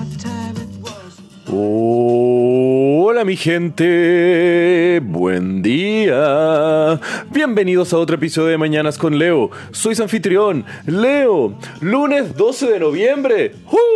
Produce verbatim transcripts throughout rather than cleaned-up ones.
Hola mi gente, buen día. Bienvenidos a otro episodio de Mañanas con Leo. Soy su anfitrión, Leo. Lunes doce de noviembre.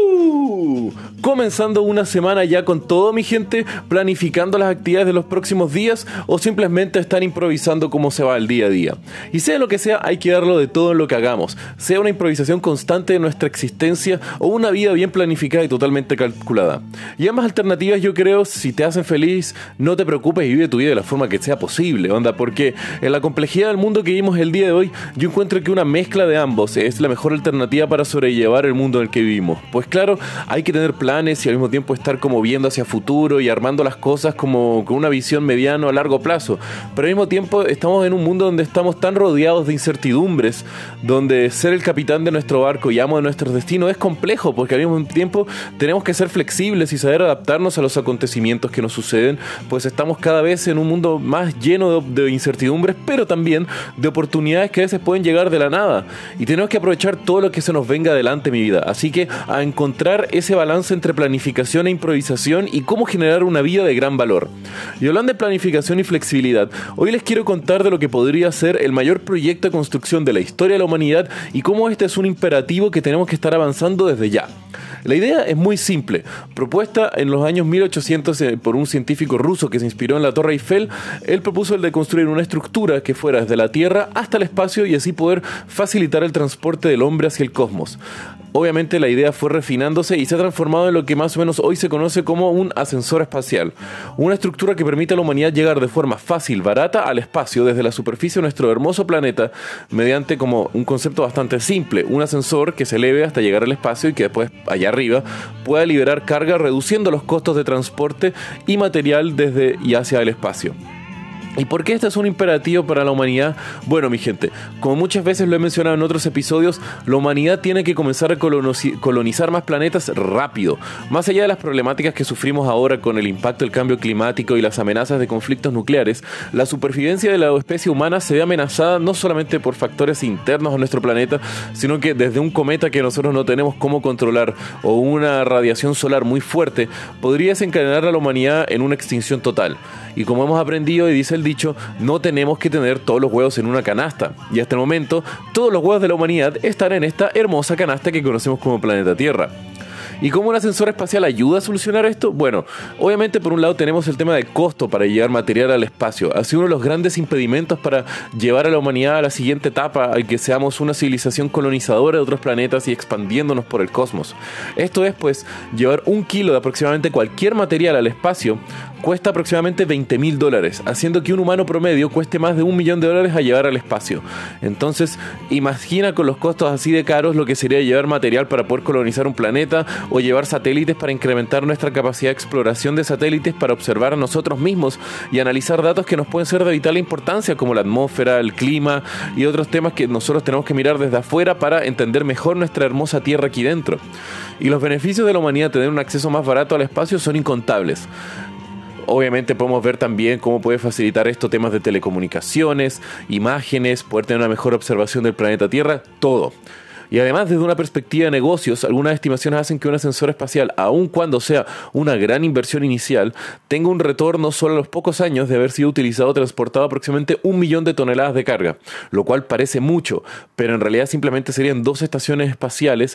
¡Uh! Comenzando una semana ya con todo mi gente, planificando las actividades de los próximos días o simplemente están improvisando cómo se va el día a día. Y sea lo que sea, hay que darlo de todo en lo que hagamos. Sea una improvisación constante de nuestra existencia o una vida bien planificada y totalmente calculada. Y ambas alternativas, yo creo, si te hacen feliz, no te preocupes y vive tu vida de la forma que sea posible, onda, porque en la complejidad del mundo que vivimos el día de hoy, yo encuentro que una mezcla de ambos es la mejor alternativa para sobrellevar el mundo en el que vivimos. Pues claro, hay que tener planes y al mismo tiempo estar como viendo hacia futuro y armando las cosas como con una visión mediano a largo plazo, pero al mismo tiempo estamos en un mundo donde estamos tan rodeados de incertidumbres, donde ser el capitán de nuestro barco y amo de nuestros destinos es complejo, porque al mismo tiempo tenemos que ser flexibles y saber adaptarnos a los acontecimientos que nos suceden, pues estamos cada vez en un mundo más lleno de, de incertidumbres, pero también de oportunidades que a veces pueden llegar de la nada, y tenemos que aprovechar todo lo que se nos venga adelante, mi vida. Así que a encontrar ese balance entre planificación e improvisación y cómo generar una vida de gran valor. Y hablando de planificación y flexibilidad, hoy les quiero contar de lo que podría ser el mayor proyecto de construcción de la historia de la humanidad y cómo este es un imperativo que tenemos que estar avanzando desde ya. La idea es muy simple, propuesta en los años mil ochocientos por un científico ruso que se inspiró en la Torre Eiffel. Él propuso el de construir una estructura que fuera desde la Tierra hasta el espacio y así poder facilitar el transporte del hombre hacia el cosmos. Obviamente la idea fue refinándose y se ha transformado en lo que más o menos hoy se conoce como un ascensor espacial, una estructura que permite a la humanidad llegar de forma fácil, barata al espacio desde la superficie de nuestro hermoso planeta mediante como un concepto bastante simple, un ascensor que se eleve hasta llegar al espacio y que después allá arriba pueda liberar carga reduciendo los costos de transporte y material desde y hacia el espacio. ¿Y por qué este es un imperativo para la humanidad? Bueno, mi gente, como muchas veces lo he mencionado en otros episodios, la humanidad tiene que comenzar a colonizar más planetas rápido. Más allá de las problemáticas que sufrimos ahora con el impacto del cambio climático y las amenazas de conflictos nucleares, la supervivencia de la especie humana se ve amenazada no solamente por factores internos a nuestro planeta, sino que desde un cometa que nosotros no tenemos cómo controlar o una radiación solar muy fuerte podría desencadenar a la humanidad en una extinción total. Y como hemos aprendido y dice el dicho, no tenemos que tener todos los huevos en una canasta. Y hasta el momento, todos los huevos de la humanidad están en esta hermosa canasta que conocemos como planeta Tierra. ¿Y cómo un ascensor espacial ayuda a solucionar esto? Bueno, obviamente por un lado tenemos el tema de costo para llevar material al espacio. Ha sido uno de los grandes impedimentos para llevar a la humanidad a la siguiente etapa, al que seamos una civilización colonizadora de otros planetas y expandiéndonos por el cosmos. Esto es, pues, llevar un kilo de aproximadamente cualquier material al espacio cuesta aproximadamente veinte mil dólares, haciendo que un humano promedio cueste más de un millón de dólares a llevar al espacio. Entonces, imagina con los costos así de caros lo que sería llevar material para poder colonizar un planeta o llevar satélites para incrementar nuestra capacidad de exploración de satélites para observar a nosotros mismos y analizar datos que nos pueden ser de vital importancia, como la atmósfera, el clima y otros temas que nosotros tenemos que mirar desde afuera para entender mejor nuestra hermosa Tierra aquí dentro. Y los beneficios de la humanidad de tener un acceso más barato al espacio son incontables. Obviamente podemos ver también cómo puede facilitar esto temas de telecomunicaciones, imágenes, poder tener una mejor observación del planeta Tierra, todo. Y además, desde una perspectiva de negocios, algunas estimaciones hacen que un ascensor espacial, aun cuando sea una gran inversión inicial, tenga un retorno solo a los pocos años de haber sido utilizado o transportado aproximadamente un millón de toneladas de carga, lo cual parece mucho, pero en realidad simplemente serían dos estaciones espaciales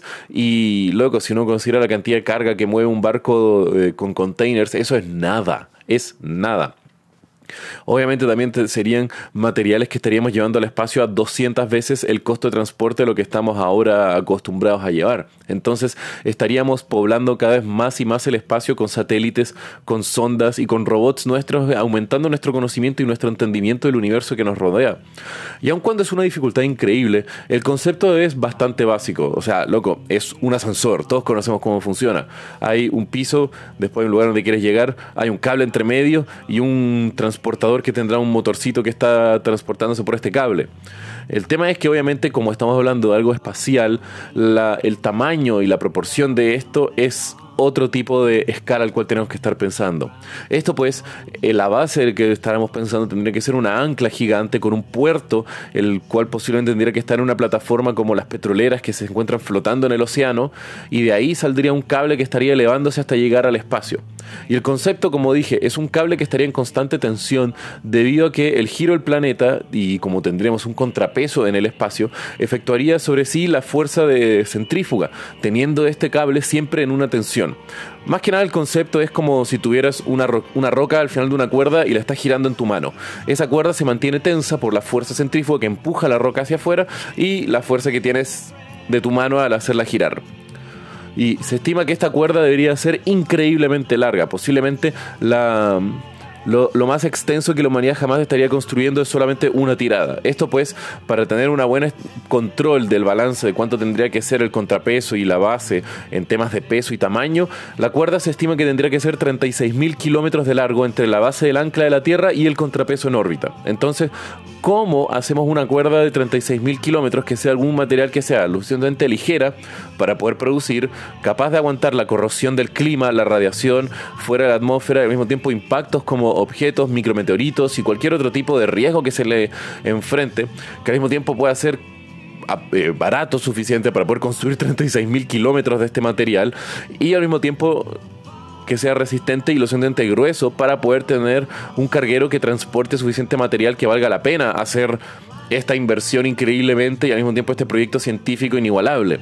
y luego, si uno considera la cantidad de carga que mueve un barco eh, con containers, eso es nada, es nada. Obviamente también te, serían materiales que estaríamos llevando al espacio a doscientas veces el costo de transporte de lo que estamos ahora acostumbrados a llevar. Entonces estaríamos poblando cada vez más y más el espacio con satélites, con sondas y con robots nuestros, aumentando nuestro conocimiento y nuestro entendimiento del universo que nos rodea. Y aun cuando es una dificultad increíble, el concepto es bastante básico. O sea, loco, es un ascensor, todos conocemos cómo funciona. Hay un piso, después hay un lugar donde quieres llegar, hay un cable entre medio y un transportador que tendrá un motorcito que está transportándose por este cable. El tema es que obviamente, como estamos hablando de algo espacial, la, el tamaño y la proporción de esto es otro tipo de escala al cual tenemos que estar pensando. Esto pues, eh, la base del que estábamos pensando tendría que ser una ancla gigante con un puerto, el cual posiblemente tendría que estar en una plataforma como las petroleras que se encuentran flotando en el océano, y de ahí saldría un cable que estaría elevándose hasta llegar al espacio. Y el concepto, como dije, es un cable que estaría en constante tensión debido a que el giro del planeta, y como tendríamos un contrapeso en el espacio, efectuaría sobre sí la fuerza de centrífuga, teniendo este cable siempre en una tensión. Más que nada el concepto es como si tuvieras una, ro- una roca al final de una cuerda y la estás girando en tu mano. Esa cuerda se mantiene tensa por la fuerza centrífuga que empuja la roca hacia afuera y la fuerza que tienes de tu mano al hacerla girar. Y se estima que esta cuerda debería ser increíblemente larga, posiblemente la... Lo, lo más extenso que la humanidad jamás estaría construyendo es solamente una tirada. Esto pues, para tener un buen control del balance de cuánto tendría que ser el contrapeso y la base en temas de peso y tamaño, la cuerda se estima que tendría que ser treinta y seis mil kilómetros de largo entre la base del ancla de la Tierra y el contrapeso en órbita. Entonces, ¿cómo hacemos una cuerda de treinta y seis mil kilómetros que sea algún material que sea lo suficientemente ligera para poder producir, capaz de aguantar la corrosión del clima, la radiación fuera de la atmósfera y al mismo tiempo impactos como objetos, micrometeoritos y cualquier otro tipo de riesgo que se le enfrente, que al mismo tiempo pueda ser eh, barato suficiente para poder construir treinta y seis mil kilómetros de este material y al mismo tiempo que sea resistente y lo suficientemente grueso para poder tener un carguero que transporte suficiente material que valga la pena hacer esta inversión increíblemente y al mismo tiempo este proyecto científico inigualable.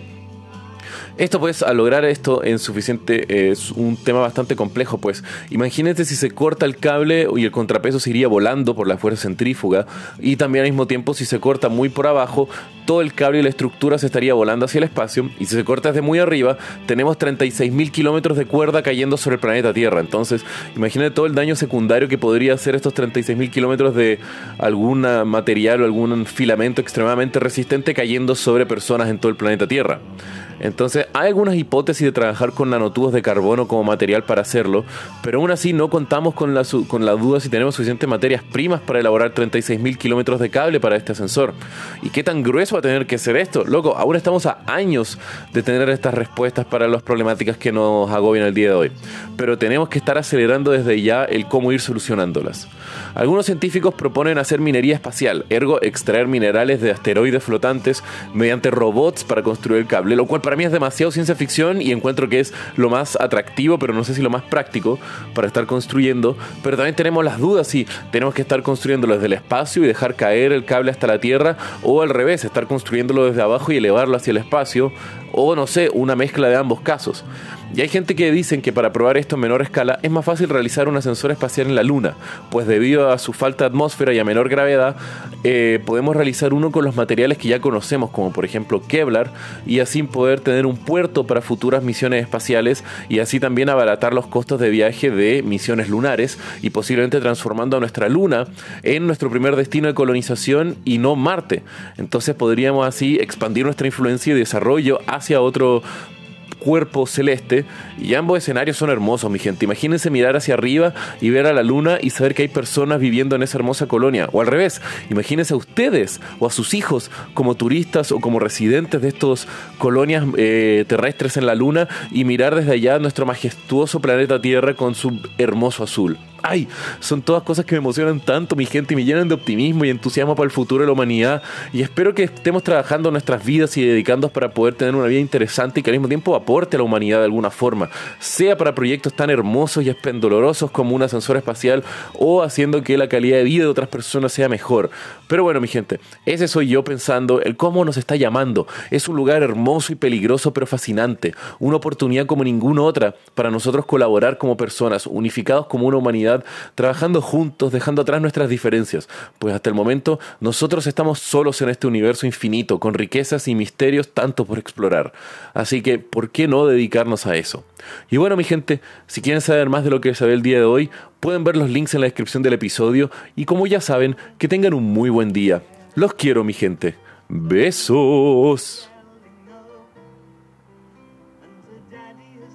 Esto pues, al lograr esto en suficiente, eh, es un tema bastante complejo, pues imagínate si se corta el cable y el contrapeso se iría volando por la fuerza centrífuga, y también al mismo tiempo si se corta muy por abajo, todo el cable y la estructura se estaría volando hacia el espacio, y si se corta desde muy arriba, tenemos treinta y seis mil kilómetros de cuerda cayendo sobre el planeta Tierra. Entonces, imagínate todo el daño secundario que podría hacer estos treinta y seis mil kilómetros de algún material o algún filamento extremadamente resistente cayendo sobre personas en todo el planeta Tierra. Entonces, hay algunas hipótesis de trabajar con nanotubos de carbono como material para hacerlo, pero aún así no contamos con la, con la duda si tenemos suficientes materias primas para elaborar treinta y seis mil kilómetros de cable para este ascensor. ¿Y qué tan grueso va a tener que ser esto? Loco, aún estamos a años de tener estas respuestas para las problemáticas que nos agobian el día de hoy, pero tenemos que estar acelerando desde ya el cómo ir solucionándolas. Algunos científicos proponen hacer minería espacial, ergo extraer minerales de asteroides flotantes mediante robots para construir el cable, lo cual para mí es demasiado ciencia ficción y encuentro que es lo más atractivo, pero no sé si lo más práctico para estar construyendo. Pero también tenemos las dudas si tenemos que estar construyéndolo desde el espacio y dejar caer el cable hasta la Tierra, o al revés, estar construyéndolo desde abajo y elevarlo hacia el espacio, o no sé, una mezcla de ambos casos. Y hay gente que dicen que para probar esto en menor escala es más fácil realizar un ascensor espacial en la Luna, pues debido a su falta de atmósfera y a menor gravedad, eh, podemos realizar uno con los materiales que ya conocemos, como por ejemplo Kevlar, y así poder tener un puerto para futuras misiones espaciales y así también abaratar los costos de viaje de misiones lunares y posiblemente transformando a nuestra Luna en nuestro primer destino de colonización y no Marte. Entonces podríamos así expandir nuestra influencia y desarrollo hacia otro cuerpo celeste, y ambos escenarios son hermosos, mi gente. Imagínense mirar hacia arriba y ver a la luna y saber que hay personas viviendo en esa hermosa colonia, o al revés, imagínense a ustedes o a sus hijos como turistas o como residentes de estas colonias eh, terrestres en la luna y mirar desde allá nuestro majestuoso planeta Tierra con su hermoso azul. Ay, son todas cosas que me emocionan tanto, mi gente, y me llenan de optimismo y entusiasmo para el futuro de la humanidad, y espero que estemos trabajando en nuestras vidas y dedicándonos para poder tener una vida interesante y que al mismo tiempo aporte a la humanidad de alguna forma, sea para proyectos tan hermosos y esplendorosos como un ascensor espacial o haciendo que la calidad de vida de otras personas sea mejor. Pero bueno, mi gente, ese soy yo pensando el cómo nos está llamando. Es un lugar hermoso y peligroso pero fascinante, una oportunidad como ninguna otra para nosotros colaborar como personas, unificados como una humanidad, trabajando juntos, dejando atrás nuestras diferencias, pues hasta el momento nosotros estamos solos en este universo infinito, con riquezas y misterios tanto por explorar. Así que, ¿por qué no dedicarnos a eso? Y bueno, mi gente, si quieren saber más de lo que sabe el día de hoy, pueden ver los links en la descripción del episodio, y como ya saben, que tengan un muy buen día. Los quiero, mi gente. Besos.